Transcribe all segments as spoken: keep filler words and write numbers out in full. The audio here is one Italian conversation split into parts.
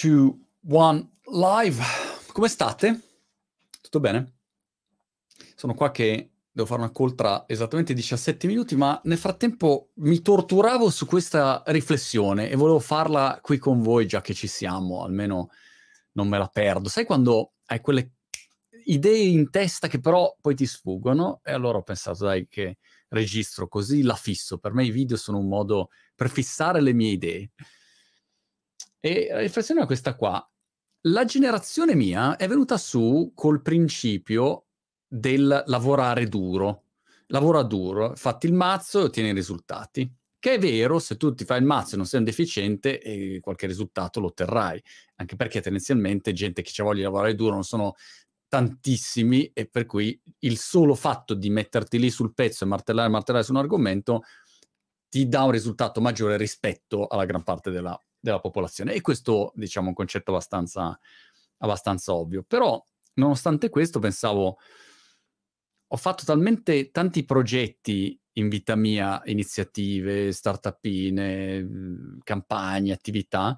two, one, live. Come state? Tutto bene? Sono qua che devo fare una call tra esattamente diciassette minuti, ma nel frattempo mi torturavo su questa riflessione e volevo farla qui con voi, già che ci siamo, almeno non me la perdo. Sai quando hai quelle idee in testa che però poi ti sfuggono? E allora ho pensato, dai, che registro così la fisso. Per me i video sono un modo per fissare le mie idee. E la riflessione è questa qua. La generazione mia è venuta su col principio del lavorare duro. Lavora duro, fatti il mazzo e ottieni i risultati. Che è vero, se tu ti fai il mazzo e non sei un deficiente, eh, qualche risultato lo otterrai. Anche perché tendenzialmente gente che ci voglia lavorare duro non sono tantissimi, e per cui il solo fatto di metterti lì sul pezzo e martellare e martellare su un argomento ti dà un risultato maggiore rispetto alla gran parte della, della popolazione. E questo, diciamo, è un concetto abbastanza, abbastanza ovvio. Però, nonostante questo, pensavo, ho fatto talmente tanti progetti in vita mia, iniziative, startupine, campagne, attività,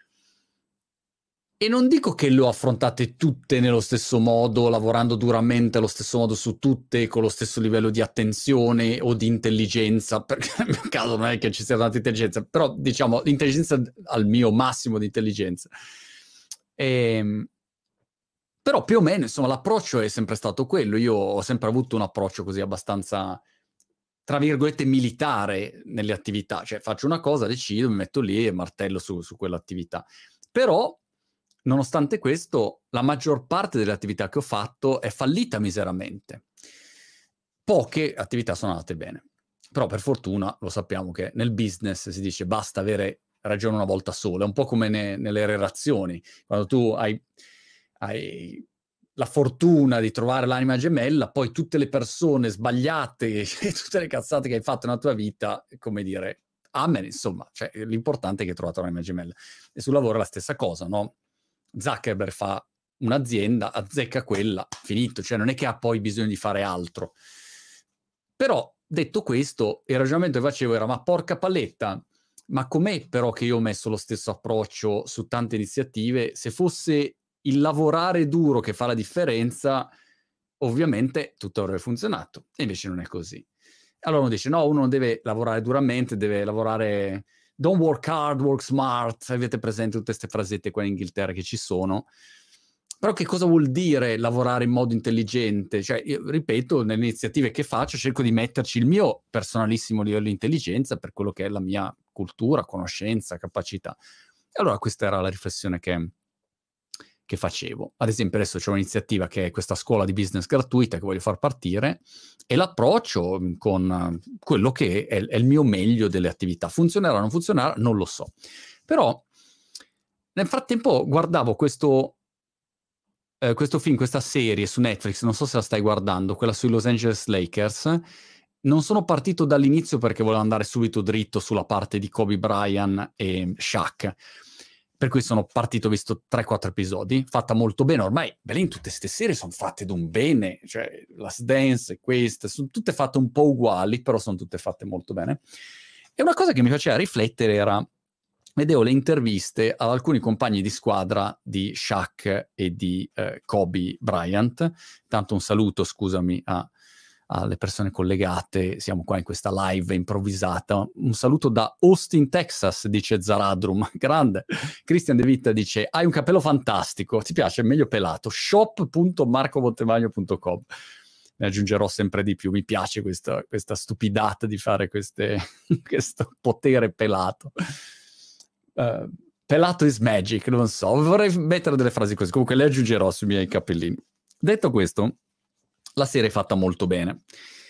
e non dico che le ho affrontate tutte nello stesso modo, lavorando duramente allo stesso modo su tutte, con lo stesso livello di attenzione o di intelligenza, perché nel mio caso non è che ci sia tanta intelligenza, però diciamo l'intelligenza al mio massimo di intelligenza. E, però più o meno, insomma, l'approccio è sempre stato quello. Io ho sempre avuto un approccio così abbastanza, tra virgolette, militare nelle attività. Cioè faccio una cosa, decido, mi metto lì e martello su, su quell'attività. Però, nonostante questo, la maggior parte delle attività che ho fatto è fallita miseramente. Poche attività sono andate bene. Però per fortuna lo sappiamo che nel business si dice basta avere ragione una volta sola. È un po' come ne, nelle relazioni. Quando tu hai, hai la fortuna di trovare l'anima gemella, poi tutte le persone sbagliate e tutte le cazzate che hai fatto nella tua vita, come dire, amen, insomma. Cioè, l'importante è che hai trovato l'anima gemella. E sul lavoro è la stessa cosa, no? Zuckerberg fa un'azienda, azzecca quella, finito, cioè non è che ha poi bisogno di fare altro. Però, detto questo, il ragionamento che facevo era, ma porca palletta, ma com'è però che io ho messo lo stesso approccio su tante iniziative? Se fosse il lavorare duro che fa la differenza, ovviamente tutto avrebbe funzionato, e invece non è così. Allora uno dice, no, uno non deve lavorare duramente, deve lavorare... Don't work hard, work smart. Avete presente tutte queste frasette qua in Inghilterra che ci sono? Però che cosa vuol dire lavorare in modo intelligente? Cioè, io ripeto, nelle iniziative che faccio cerco di metterci il mio personalissimo livello di intelligenza per quello che è la mia cultura, conoscenza, capacità. E allora questa era la riflessione che, che facevo. Ad esempio adesso c'è un'iniziativa che è questa scuola di business gratuita che voglio far partire, e l'approccio con quello che è, è il mio meglio delle attività. Funzionerà o non funzionerà? Non lo so. Però nel frattempo guardavo questo, eh, questo film, questa serie su Netflix, non so se la stai guardando, quella sui Los Angeles Lakers. Non sono partito dall'inizio perché volevo andare subito dritto sulla parte di Kobe Bryant e Shaq. Per cui sono partito, ho visto tre quattro episodi, fatta molto bene. Ormai, beh, tutte queste serie sono fatte d'un bene, cioè Last Dance e queste, sono tutte fatte un po' uguali, però sono tutte fatte molto bene. E una cosa che mi faceva riflettere era, vedevo le interviste ad alcuni compagni di squadra di Shaq e di eh, Kobe Bryant. Tanto un saluto, scusami, a... alle persone collegate, siamo qua in questa live improvvisata. Un saluto da Austin, Texas, dice Zaradrum, grande. Christian De Vita dice, hai un capello fantastico, ti piace? Meglio pelato, shop punto marco montemagno punto com. Ne aggiungerò sempre di più, mi piace questa, questa stupidata di fare queste, questo potere pelato. Uh, pelato is magic, non so, vorrei mettere delle frasi così, comunque le aggiungerò sui miei capellini. Detto questo, la serie è fatta molto bene.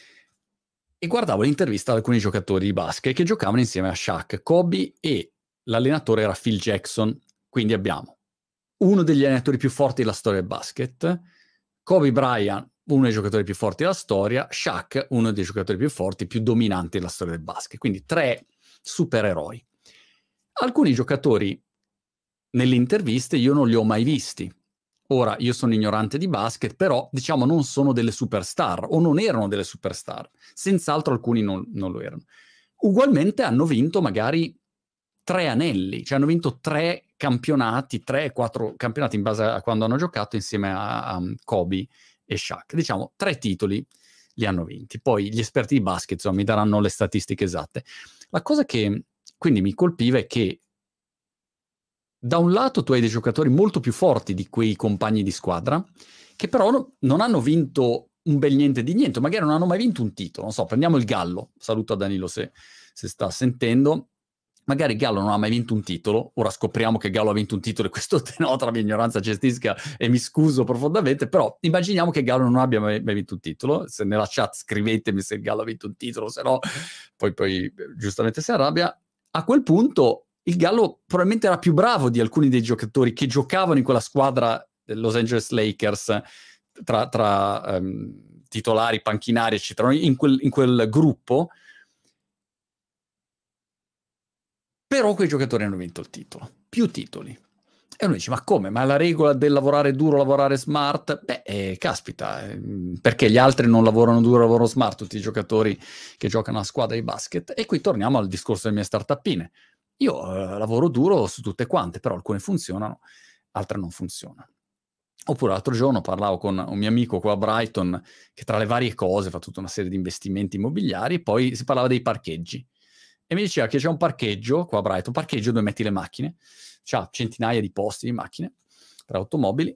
E guardavo l'intervista ad alcuni giocatori di basket che giocavano insieme a Shaq, Kobe, e l'allenatore era Phil Jackson. Quindi abbiamo uno degli allenatori più forti della storia del basket, Kobe Bryant, uno dei giocatori più forti della storia, Shaq, uno dei giocatori più forti, più dominanti della storia del basket. Quindi tre supereroi. Alcuni giocatori nelle interviste io non li ho mai visti. Ora, io sono ignorante di basket, però, diciamo, non sono delle superstar, o non erano delle superstar. Senz'altro alcuni non, non lo erano. Ugualmente hanno vinto magari tre anelli, cioè hanno vinto tre campionati, tre, quattro campionati in base a quando hanno giocato insieme a, a Kobe e Shaq. Diciamo, tre titoli li hanno vinti. Poi gli esperti di basket, insomma, mi daranno le statistiche esatte. La cosa che quindi mi colpiva è che da un lato tu hai dei giocatori molto più forti di quei compagni di squadra, che però no, non hanno vinto un bel niente di niente, magari non hanno mai vinto un titolo. Non so, prendiamo il Gallo, saluto a Danilo se, se sta sentendo. Magari Gallo non ha mai vinto un titolo, ora scopriamo che Gallo ha vinto un titolo e questo denota la mia ignoranza cestistica e mi scuso profondamente, però immaginiamo che Gallo non abbia mai, mai vinto un titolo. Se nella chat scrivetemi se Gallo ha vinto un titolo, se no poi, poi giustamente si arrabbia. A quel punto il Gallo probabilmente era più bravo di alcuni dei giocatori che giocavano in quella squadra del Los Angeles Lakers, tra, tra um, titolari, panchinari, eccetera, in quel, in quel gruppo. Però quei giocatori hanno vinto il titolo, più titoli. E uno dice, ma come? Ma la regola del lavorare duro, lavorare smart? Beh, eh, caspita, eh, perché gli altri non lavorano duro, lavorano smart, tutti i giocatori che giocano a squadra di basket? E qui torniamo al discorso delle mie startupine. Io eh, lavoro duro su tutte quante, però alcune funzionano, altre non funzionano. Oppure l'altro giorno parlavo con un mio amico qua a Brighton, che tra le varie cose fa tutta una serie di investimenti immobiliari, e poi si parlava dei parcheggi. E mi diceva che c'è un parcheggio qua a Brighton, un parcheggio dove metti le macchine, c'ha centinaia di posti di macchine per automobili.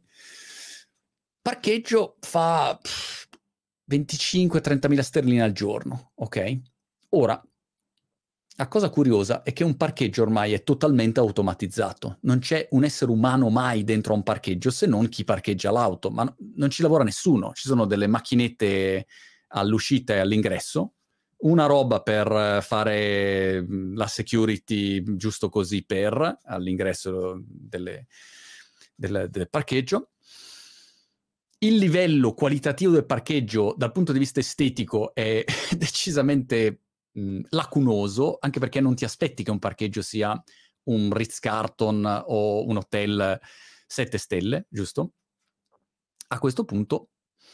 Parcheggio fa venticinque trentamila sterline al giorno, ok? Ora, la cosa curiosa è che un parcheggio ormai è totalmente automatizzato. Non c'è un essere umano mai dentro a un parcheggio se non chi parcheggia l'auto, ma no, non ci lavora nessuno. Ci sono delle macchinette all'uscita e all'ingresso, una roba per fare la security giusto così per all'ingresso delle, del, del parcheggio. Il livello qualitativo del parcheggio dal punto di vista estetico è decisamente mh, lacunoso, anche perché non ti aspetti che un parcheggio sia un Ritz-Carlton o un hotel sette stelle, giusto? A questo punto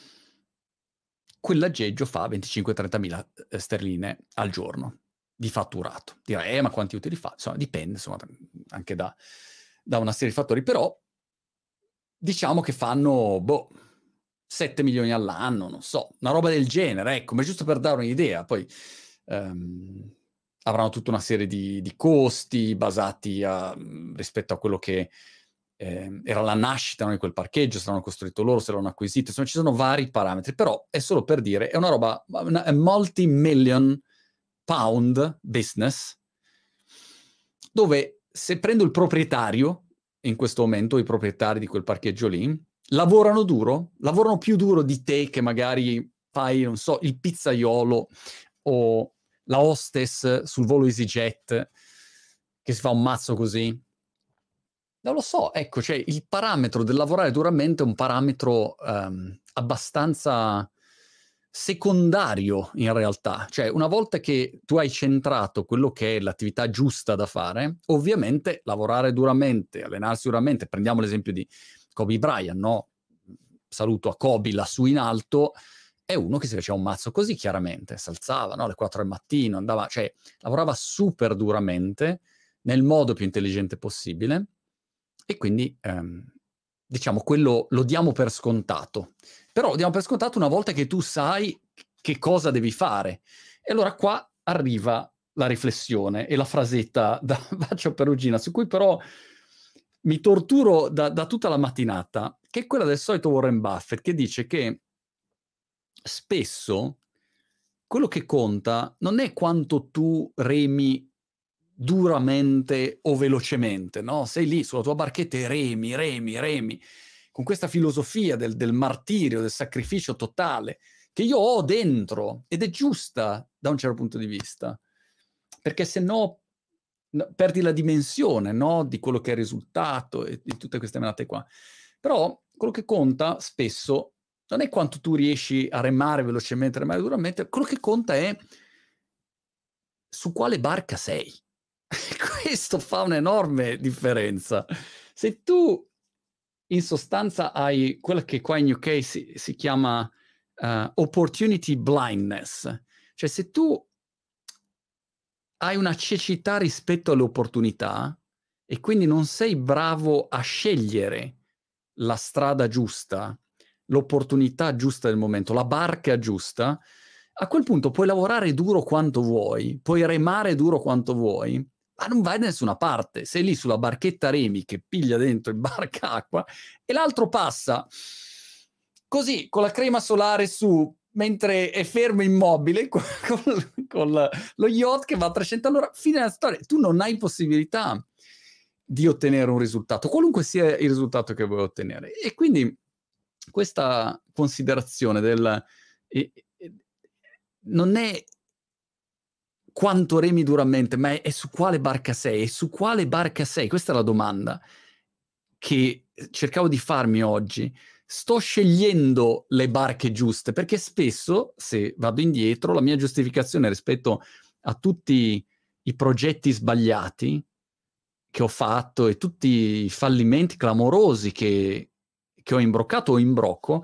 quell'aggeggio fa venticinque trentamila sterline al giorno di fatturato. Direi, eh, ma quanti utili fa? Insomma, dipende, insomma, anche da, da una serie di fattori, però diciamo che fanno, boh, sette milioni all'anno, non so, una roba del genere, ecco, ma giusto per dare un'idea. Poi ehm, avranno tutta una serie di, di costi basati a, rispetto a quello che Eh, era la nascita, no, di quel parcheggio, se l'hanno costruito loro, se l'hanno acquisito, insomma ci sono vari parametri, però è solo per dire, è una roba, una multi-million pound business, dove se prendo il proprietario, in questo momento i proprietari di quel parcheggio lì, lavorano duro, lavorano più duro di te che magari fai, non so, il pizzaiolo o la hostess sul volo EasyJet, che si fa un mazzo così. Non lo so, ecco, cioè il parametro del lavorare duramente è un parametro um, abbastanza secondario in realtà. Cioè, una volta che tu hai centrato quello che è l'attività giusta da fare, ovviamente lavorare duramente, allenarsi duramente, prendiamo l'esempio di Kobe Bryant, no? Saluto a Kobe lassù in alto, è uno che si faceva un mazzo così chiaramente, si alzava, no? Alle quattro del mattino, andava, cioè lavorava super duramente, nel modo più intelligente possibile. E quindi, ehm, diciamo, quello lo diamo per scontato. Però lo diamo per scontato una volta che tu sai che cosa devi fare. E allora qua arriva la riflessione e la frasetta da Bacio Perugina, su cui però mi torturo da, da tutta la mattinata, che è quella del solito Warren Buffett, che dice che spesso quello che conta non è quanto tu remi duramente o velocemente, no? Sei lì sulla tua barchetta e remi, remi, remi, con questa filosofia del, del martirio, del sacrificio totale, che io ho dentro, ed è giusta da un certo punto di vista, perché se no, no perdi la dimensione, no? Di quello che è il risultato e di tutte queste menate qua. Però quello che conta spesso non è quanto tu riesci a remare velocemente, a remare duramente, quello che conta è su quale barca sei. Questo fa un'enorme differenza. Se tu in sostanza hai quella che qua in U K si, si chiama uh, opportunity blindness, cioè se tu hai una cecità rispetto alle opportunità e quindi non sei bravo a scegliere la strada giusta, l'opportunità giusta del momento, la barca giusta, a quel punto puoi lavorare duro quanto vuoi, puoi remare duro quanto vuoi, ma non vai da nessuna parte. Sei lì sulla barchetta remi che piglia dentro in barca acqua e l'altro passa così, con la crema solare su, mentre è fermo immobile, con, con, con lo yacht che va a trecento all'ora. Fine della storia. Tu non hai possibilità di ottenere un risultato, qualunque sia il risultato che vuoi ottenere. E quindi questa considerazione del... Eh, eh, non è quanto remi duramente, ma è, è su quale barca sei, e su quale barca sei? Questa è la domanda che cercavo di farmi oggi. Sto scegliendo le barche giuste, perché spesso, se vado indietro, la mia giustificazione rispetto a tutti i progetti sbagliati che ho fatto e tutti i fallimenti clamorosi che, che ho imbroccato o imbrocco,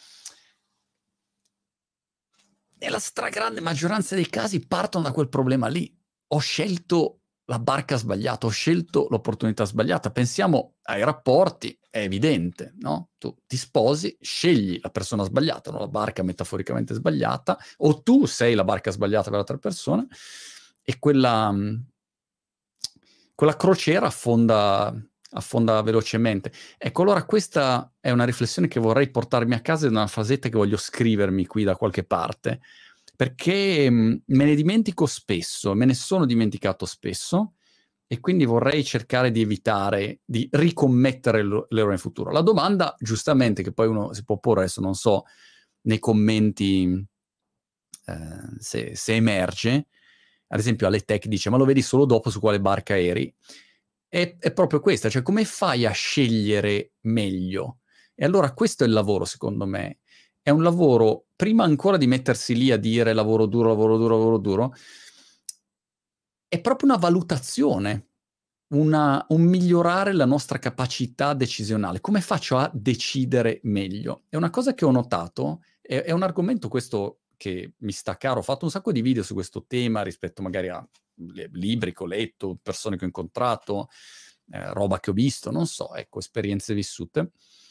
nella stragrande maggioranza dei casi partono da quel problema lì. Ho scelto la barca sbagliata, ho scelto l'opportunità sbagliata. Pensiamo ai rapporti, è evidente, no? Tu ti sposi, scegli la persona sbagliata, no? La barca metaforicamente sbagliata, o tu sei la barca sbagliata per l'altra persona, e quella, quella crociera affonda, affonda velocemente. Ecco, allora questa è una riflessione che vorrei portarmi a casa, è una frasetta che voglio scrivermi qui da qualche parte, perché mh, me ne dimentico spesso, me ne sono dimenticato spesso, e quindi vorrei cercare di evitare di ricommettere l'errore in futuro. La domanda, giustamente, che poi uno si può porre, adesso non so nei commenti eh, se, se emerge, ad esempio alle tech dice, ma lo vedi solo dopo su quale barca eri? È, è proprio questa, cioè come fai a scegliere meglio? E allora questo è il lavoro, secondo me. È un lavoro, prima ancora di mettersi lì a dire lavoro duro, lavoro duro, lavoro duro, è proprio una valutazione, una, un migliorare la nostra capacità decisionale. Come faccio a decidere meglio? È una cosa che ho notato, è, è un argomento questo che mi sta caro, ho fatto un sacco di video su questo tema rispetto magari a libri che ho letto, persone che ho incontrato, eh, roba che ho visto, non so, ecco, esperienze vissute.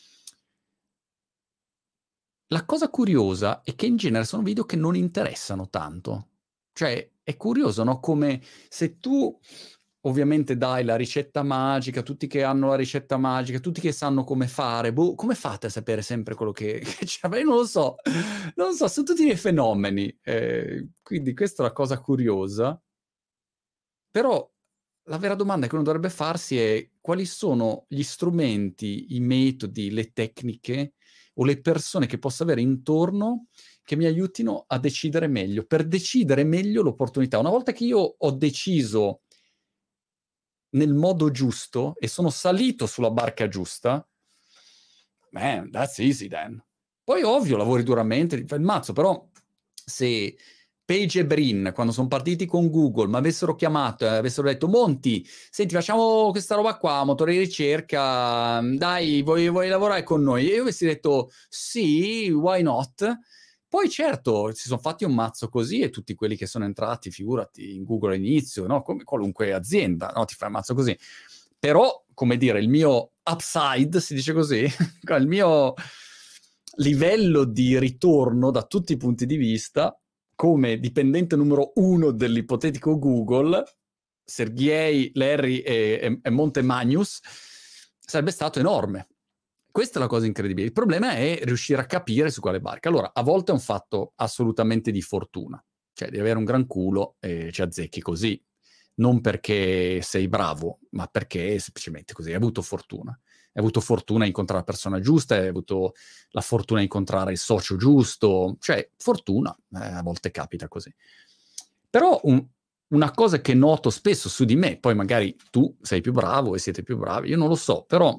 La cosa curiosa è che in genere sono video che non interessano tanto. Cioè, è curioso, no? Come se tu ovviamente dai la ricetta magica, tutti che hanno la ricetta magica, tutti che sanno come fare, boh, come fate a sapere sempre quello che, che c'è? Io non lo so, non lo so, sono tutti dei fenomeni. Eh, quindi questa è la cosa curiosa. Però la vera domanda che uno dovrebbe farsi è quali sono gli strumenti, i metodi, le tecniche o le persone che posso avere intorno che mi aiutino a decidere meglio, per decidere meglio l'opportunità. Una volta che io ho deciso nel modo giusto e sono salito sulla barca giusta, man, that's easy then. Poi ovvio, lavori duramente, ti fai il mazzo, però se Page e Brin, quando sono partiti con Google, mi avessero chiamato e avessero detto Monti, senti, facciamo questa roba qua, motore di ricerca, dai, vuoi, vuoi lavorare con noi? E io avessi detto sì, why not? Poi certo, si sono fatti un mazzo così e tutti quelli che sono entrati, figurati, in Google all'inizio, no? Come qualunque azienda, no? Ti fai un mazzo così. Però, come dire, il mio upside, si dice così, il mio livello di ritorno da tutti i punti di vista, come dipendente numero uno dell'ipotetico Google, Sergei, Larry e, e, e Montemagnus, sarebbe stato enorme. Questa è la cosa incredibile. Il problema è riuscire a capire su quale barca. Allora, a volte è un fatto assolutamente di fortuna, cioè devi avere un gran culo e ci azzecchi così, non perché sei bravo, ma perché semplicemente così hai avuto fortuna. Hai avuto fortuna a incontrare la persona giusta, hai avuto la fortuna di incontrare il socio giusto, cioè fortuna, eh, a volte capita così. Però un, una cosa che noto spesso su di me, poi magari tu sei più bravo e siete più bravi, io non lo so, però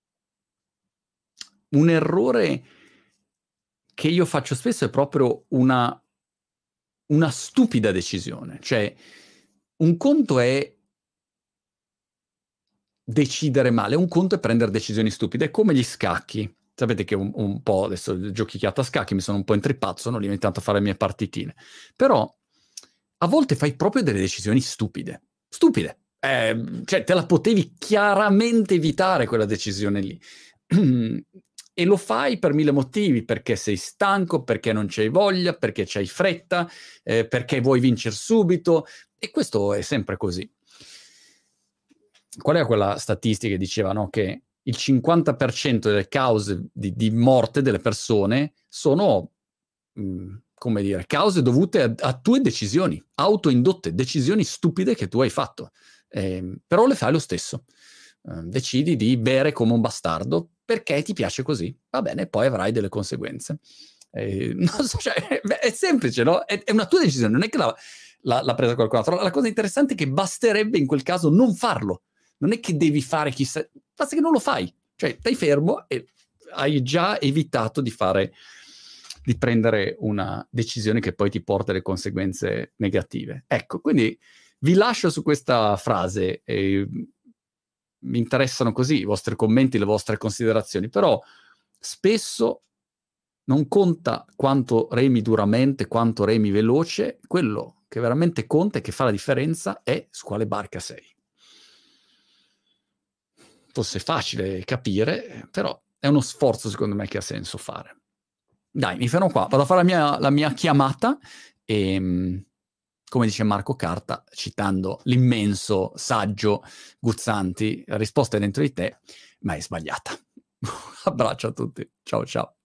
un errore che io faccio spesso è proprio una, una stupida decisione. Cioè, un conto è decidere male, un conto è prendere decisioni stupide, è come gli scacchi. Sapete che un, un po', adesso giochicchiato a scacchi, mi sono un po' intrippato, sono lì ogni tanto a fare le mie partitine. Però a volte fai proprio delle decisioni stupide. Stupide. Eh, cioè, te la potevi chiaramente evitare quella decisione lì. E lo fai per mille motivi, perché sei stanco, perché non c'hai voglia, perché c'hai fretta, eh, perché vuoi vincere subito, e questo è sempre così. Qual è quella statistica che diceva, no, che il cinquanta per cento delle cause di, di morte delle persone sono, mh, come dire, cause dovute a, a tue decisioni, autoindotte, decisioni stupide che tu hai fatto, eh, però le fai lo stesso. Uh, decidi di bere come un bastardo perché ti piace così, va bene, poi avrai delle conseguenze. Eh, non so, cioè, è semplice, no? È, è una tua decisione, non è che l'ha, l'ha, l'ha presa qualcun altro. La cosa interessante è che basterebbe in quel caso non farlo. Non è che devi fare chissà, basta che non lo fai. Cioè, stai fermo e hai già evitato di fare, di prendere una decisione che poi ti porta alle conseguenze negative. Ecco, quindi vi lascio su questa frase. Eh, mi interessano così i vostri commenti, le vostre considerazioni, però spesso non conta quanto remi duramente, quanto remi veloce, quello che veramente conta e che fa la differenza è su quale barca sei. Fosse facile capire, però è uno sforzo secondo me che ha senso fare. Dai, mi fermo qua, vado a fare la mia, la mia chiamata e, come dice Marco Carta, citando l'immenso saggio Guzzanti, la risposta è dentro di te, ma è sbagliata. Abbraccio a tutti, ciao ciao.